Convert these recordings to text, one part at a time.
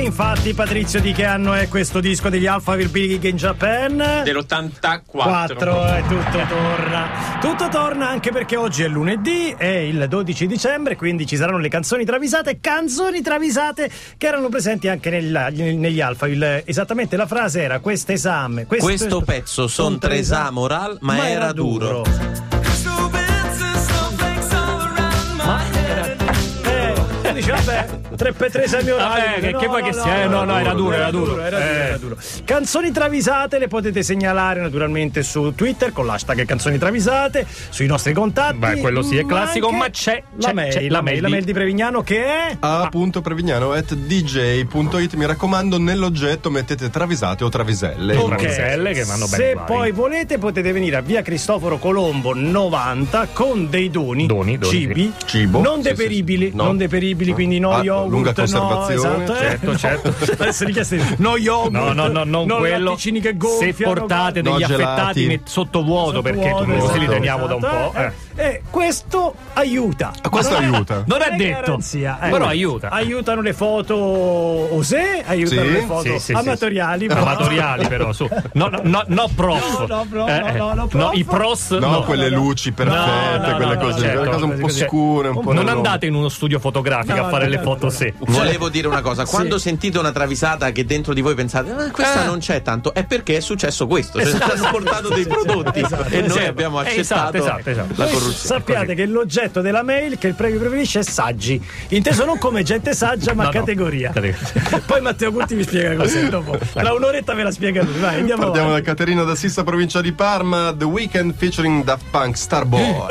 infatti, Patrizio, di che anno è questo disco degli Alphaville Big in Japan? Dell'84. E tutto torna anche perché oggi è lunedì, è il 12 dicembre, quindi ci saranno le canzoni travisate che erano presenti anche negli Alphaville. Esattamente la frase era: questo pezzo son tresa moral, ma era duro. Dice, vabbè, 3x3 semi-orali. Che poi che sia? No, era duro. Era duro. Canzoni travisate le potete segnalare naturalmente su Twitter con l'hashtag canzoni travisate, sui nostri contatti. Beh, quello sì è classico, ma c'è la mail di Prevignano che è a.prevignano@dj.it. Mi raccomando, nell'oggetto mettete travisate o traviselle. Traviselle che vanno bene. Se poi volete potete venire a via Cristoforo Colombo 90 con dei doni cibo non deperibili, non deperibili, quindi no yogurt, lunga conservazione. No, esatto, certo. Adesso richieste no yogurt, non quello. Che gonfiano, se portate degli affettati sottovuoto, perché così li teniamo da un po'. E questo aiuta. Non è detto. Garanzia, però aiuta. Aiutano le foto osè, aiutano le foto amatoriali. Amatoriali, però su. No, prof. No, i pros. No, quelle luci perfette, quelle cose, quelle cose un po' scure. Non andate in uno studio fotografico a fare le foto se. Volevo dire una cosa: quando sentite una travisata che dentro di voi pensate questa non c'è tanto, è perché è successo questo. Ci hanno portato dei prodotti e noi abbiamo accettato la corruzione. Sappiate che l'oggetto della mail che il premio preferisce è saggi, inteso non come gente saggia ma categoria. Poi Matteo Curti vi spiega cos'è dopo. Tra un'oretta ve la spiega lui. Vai, partiamo da Caterina da Sissa, provincia di Parma. The Weeknd featuring Daft Punk, Starboy.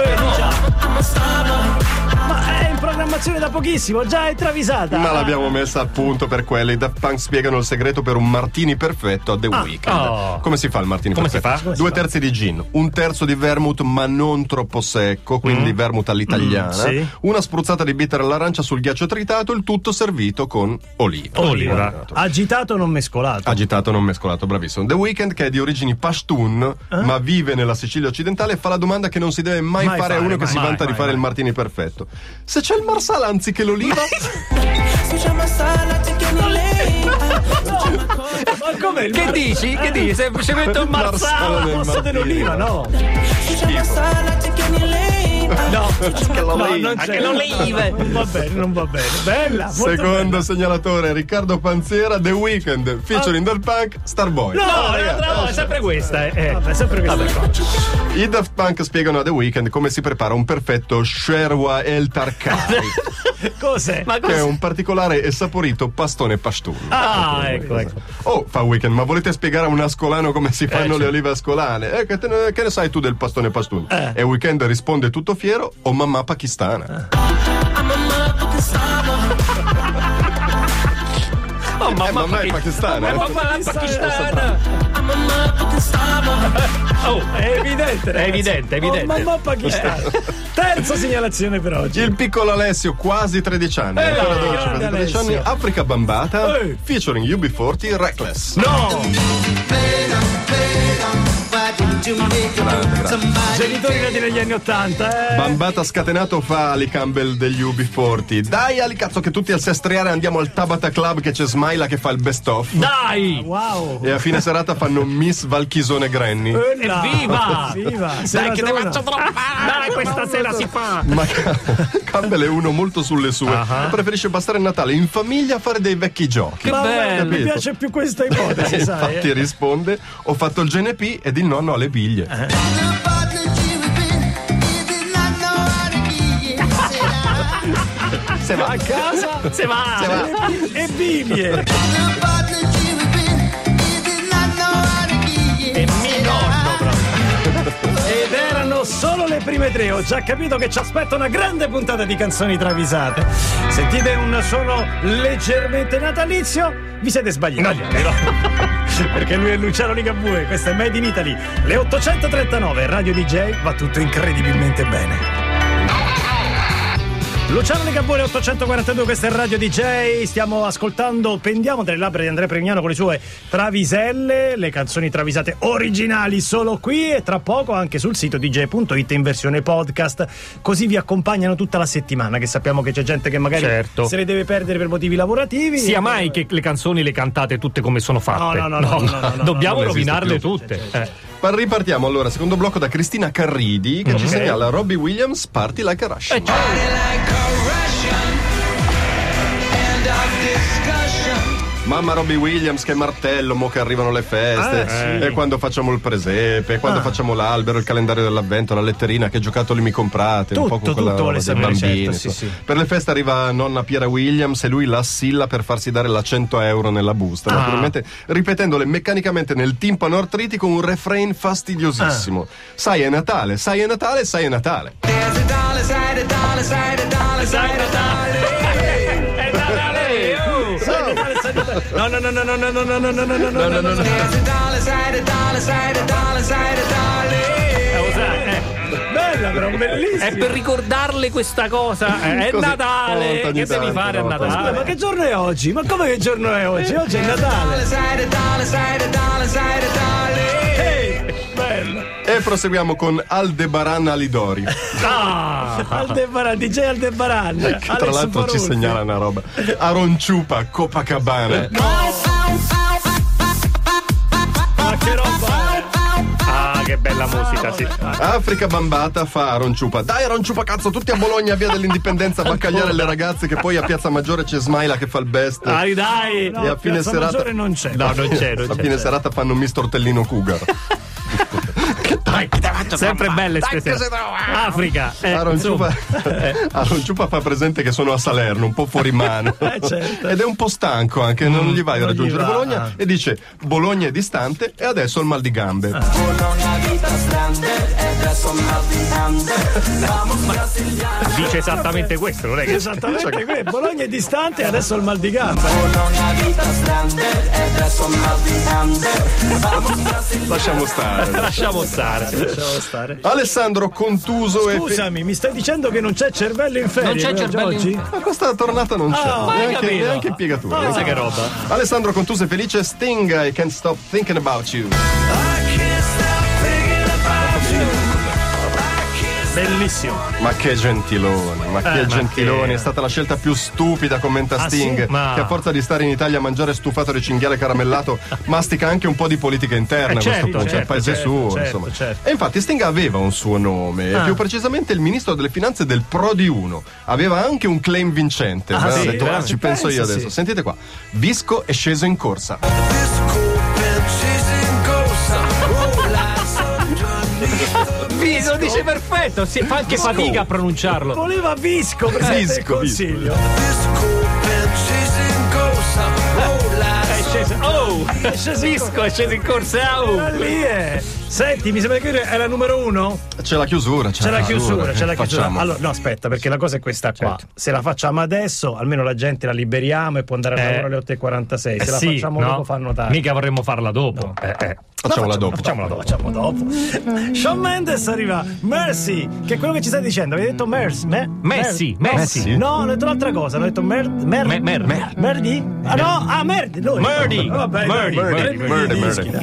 Ma è in programmazione da pochissimo, già è travisata. Ma l'abbiamo messa a punto per quelle. I Daft Punk spiegano il segreto per un martini perfetto a The Weeknd. Come si fa il martini perfetto? 2 terzi di gin, 1 terzo di vermouth ma non troppo secco, quindi vermouth all'italiana, una spruzzata di bitter all'arancia sul ghiaccio tritato, il tutto servito con oliva. Agitato non mescolato. Bravissimo. The Weeknd, che è di origini pashtun ma vive nella Sicilia occidentale, fa la domanda che non si deve mai fare a uno che si vanta di fare il martini perfetto: se c'è il marsala anziché l'oliva? Ma come? Che dici? Semplicemente un marsala al posto dell'oliva, no? No, non c'è l'oliva. Non va bene. Bella. Secondo segnalatore Riccardo Panziera, The Weeknd featuring Daft Punk, Starboy. No, è sempre questa. Vabbè, sempre questa. I Daft Punk spiegano a The Weeknd come si prepara un perfetto Sherwa El Tarkari. Cos'è? Che è un particolare e saporito pastone pashtun. Ecco. Fa Weeknd, ma volete spiegare a un ascolano come si fanno le olive ascolane? Che ne sai tu del pastone pashtun? E Weeknd risponde tutto fiero: o mamma pakistana. Mamma è pakistana. È evidente. Mamma pakistana. Terza segnalazione per oggi. Il piccolo Alessio, quasi 13 anni. Ancora dolce, quasi 13 anni. Africa Bambata featuring UB40, Reckless. Genitori nati negli anni 80. Bambata scatenato fa Ali Campbell degli UB40. Dai Ali cazzo che tutti al sestriare andiamo al Tabata Club che c'è Smaila che fa il best of. Dai! Wow! E a fine serata fanno Miss Valchisone Granny. Evviva! Dai che ti faccio droppare! Dai, questa sera si fa! Ma Campbell è uno molto sulle sue. Preferisce passare il Natale in famiglia a fare dei vecchi giochi. Che bello! Mi piace più questa ipotesi, sai? Infatti risponde: ho fatto il GNP ed il nonno ha le biglie. Se va a casa, se va. E biglie. E mi nonno proprio. Ed erano solo le prime 3. Ho già capito che ci aspetta una grande puntata di canzoni travisate. Sentite un suono leggermente natalizio? Vi siete sbagliati. Perché lui è Luciano Ligabue, questa è Made in Italy. Le 839, Radio DJ, va tutto incredibilmente bene. Luciano Ligabue 842, questa è Radio DJ. Stiamo ascoltando Pendiamo dalle labbra di Andrea Pregnano con le sue Traviselle, le canzoni travisate originali solo qui e tra poco anche sul sito dj.it in versione podcast, così vi accompagnano tutta la settimana, che sappiamo che c'è gente che magari se le deve perdere per motivi lavorativi. Sia mai che le canzoni le cantate tutte come sono fatte. No. Dobbiamo rovinarle tutte. Ripartiamo allora, secondo blocco da Cristina Carridi che ci segnala Robbie Williams, Party Like a Russian. Mamma Robbie Williams, che martello, mo che arrivano le feste, e quando facciamo il presepe, quando facciamo l'albero, il calendario dell'avvento, la letterina, che giocattoli mi comprate, tutto, un po' con quella roba dei bambini. Certo, sì. Per le feste arriva nonna Piera Williams e lui la assilla per farsi dare la 100 euro nella busta, naturalmente ripetendole meccanicamente nel timpano artritico un refrain fastidiosissimo. Sai è Natale, sai è Natale, sai è Natale. No. Bella, però bellissima. È per ricordarle questa cosa. È Natale. Che devi fare a Natale? Ma che giorno è oggi? Ma come che giorno è oggi? Oggi è Natale. Bello. E proseguiamo con Aldebaran Alidori. Aldebaran, DJ Aldebaran. Che tra l'altro ci segnala una roba. Aronciupa, Copacabana. Ma che roba! Che bella musica, sì. Africa Bambata fa Aronciupa. Dai Aronciupa, cazzo, tutti a Bologna, via dell'Indipendenza, a baccagliare le ragazze, che poi a Piazza Maggiore c'è Smaila che fa il best. Dai. No, e a fine serata non c'è. No, non c'è. A fine serata fanno Miss Tortellino Cougar. Sempre belle queste. Africa. Aronciupa fa presente che sono a Salerno, un po' fuori mano. Certo. Ed è un po' stanco anche, non gli vai a raggiungere Bologna e dice Bologna è distante e adesso ho il mal di gambe. Dice esattamente questo, non è che esattamente questo. Bologna è distante e adesso ho il mal di gambe. Lasciamo stare. Alessandro Contuso. Scusami, mi stai dicendo che non c'è cervello in ferie? Non c'è cervello oggi? Ma questa tornata non c'è. Neanche piegatura. Pensa che roba. Alessandro Contuso è felice. Sting, I can't stop thinking about you. Bellissimo. Ma che gentilone, è stata la scelta più stupida, commenta Sting, che a forza di stare in Italia a mangiare stufato di cinghiale caramellato mastica anche un po' di politica interna a questo punto, il paese suo, insomma. E infatti Sting aveva un suo nome, più precisamente il ministro delle finanze del Prodi 1. Aveva anche un claim vincente. Ci penso io adesso. Sentite qua. Visco è sceso in corsa. Lo dice perfetto, fa anche fatica a pronunciarlo. Voleva Visco, Presidente del Consiglio. Visco è sceso in corsa. Lì è. Senti, mi sembra che è la numero 1. C'è la chiusura. C'è la chiusura. Allora, no, aspetta, perché la cosa è questa qua. Certo. Se la facciamo adesso, almeno la gente la liberiamo e può andare a lavoro alle 8:46. Se la facciamo dopo, fanno tardi. Mica vorremmo farla dopo. Facciamola dopo. Facciamo dopo. Shawn Mendes arriva. Mercy, che è quello che ci stai dicendo. Avevi detto Mercy? Messi. No, ho detto un'altra cosa. Ho detto Merdi? Merdi. Lui. Merdi.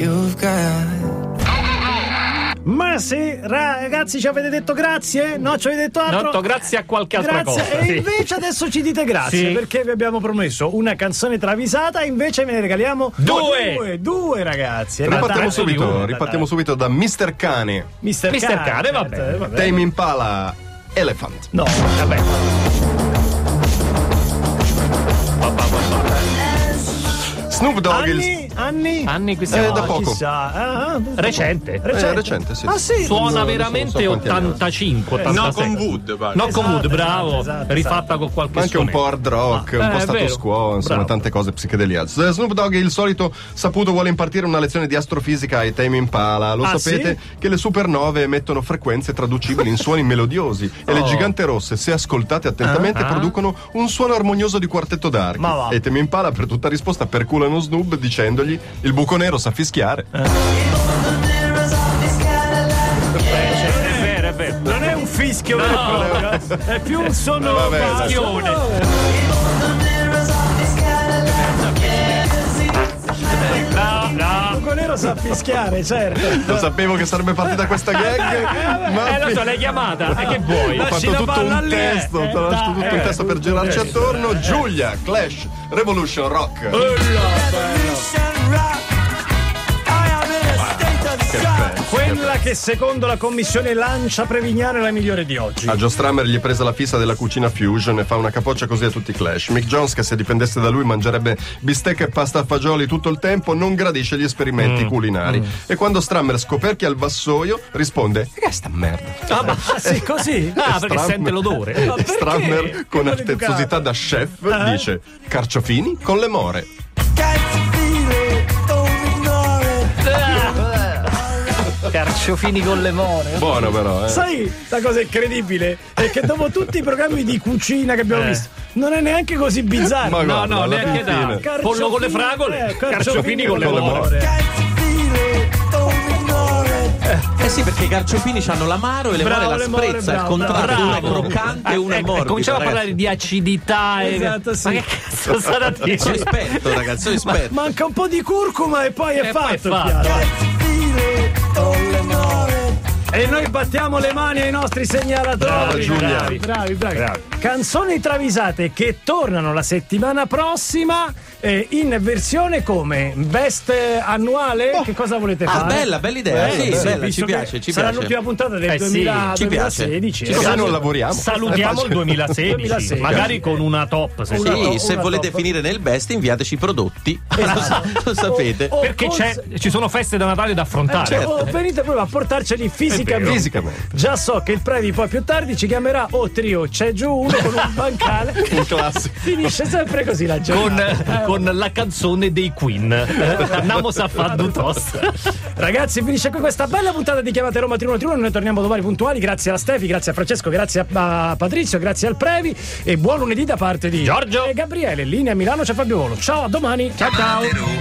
Mercy, ragazzi, ci avete detto grazie? No, ci avete detto altro? No, grazie a qualche altra cosa. E invece adesso ci dite grazie, perché vi abbiamo promesso una canzone travisata e invece ve ne regaliamo due ragazzi. Ripartiamo subito da Mr. Cane. Mr. Cane, va bene. Tame Impala, Elephant. No, vabbè. Snoop Dogg. Anni questa da poco. Recente, sì. Ah, sì. Suona veramente 85, 86. No, con Wood, bravo. Esatto. Rifatta con qualche anche un po' hard rock, un po' status quo, insomma, tante cose psichedeliche. Snoop Dogg, il solito saputo, vuole impartire una lezione di astrofisica ai Tame Impala. Lo sapete che le supernove emettono frequenze traducibili in suoni melodiosi e le gigante rosse, se ascoltate attentamente, producono un suono armonioso di quartetto d'archi. E Tame Impala per tutta risposta perculano Snoop dicendogli il buco nero sa fischiare. È vero. Non è un fischione, è più un sonoro. No. Nero sa fischiare, certo. Lo sapevo che sarebbe partita questa gag. Ma lo so, l'hai chiamata. E che vuoi? Ho fatto tutto un testo per girarci attorno. Giulia, Clash, Revolution Rock. Quella che secondo la commissione Lancia Prevignano è la migliore di oggi. A Joe Strummer gli è presa la fissa della cucina fusion e fa una capoccia così a tutti i Clash. Mick Jones, che se dipendesse da lui mangerebbe bistecca e pasta a fagioli tutto il tempo, non gradisce gli esperimenti culinari. E quando Strummer scoperchia il vassoio risponde: che sta merda. Sì, così? Perché sente l'odore. Strummer, con artezzosità da chef, dice: carciofini con le more. Carciofini con le more. Buono però, Sai, la cosa incredibile è che dopo tutti i programmi di cucina che abbiamo visto non è neanche così bizzarro. No, neanche da pollo con le fragole, carciofini con le more. Sì, perché i carciofini hanno l'amaro e le more la sprezza. Al contrario, uno è croccante e uno è morbido. Cominciamo a parlare di acidità. Esatto, sì. Ma che cazzo sarà dire? Sono esperto, ragazzi, sono esperto. Manca un po' di curcuma e poi è fatto. E noi battiamo le mani ai nostri segnalatori. Bravi. Canzoni travisate che tornano la settimana prossima in versione come best annuale. Che cosa volete fare? Bella idea. Bella, ci piace. Sarà l'ultima puntata del 2016. Se non lavoriamo. Salutiamo il 2016. Magari con una top. Se volete finire nel best, inviateci prodotti. Lo sapete. Perché ci sono feste da Natale da affrontare. Certo. Venite proprio a portarceli fisicamente. Già so che il Previ poi più tardi ci chiamerà trio c'è giù uno con un bancale. Un classico. Finisce sempre così la giornata. Con la canzone dei Queen. Andiamo a fare du toast. Ragazzi, finisce qui questa bella puntata di Chiamate Roma 3131. Noi torniamo domani puntuali. Grazie alla Stefi, grazie a Francesco, grazie a Patrizio, grazie al Previ e buon lunedì da parte di Giorgio e Gabriele. Linea a Milano, c'è Fabio Volo. Ciao, a domani. Ciao.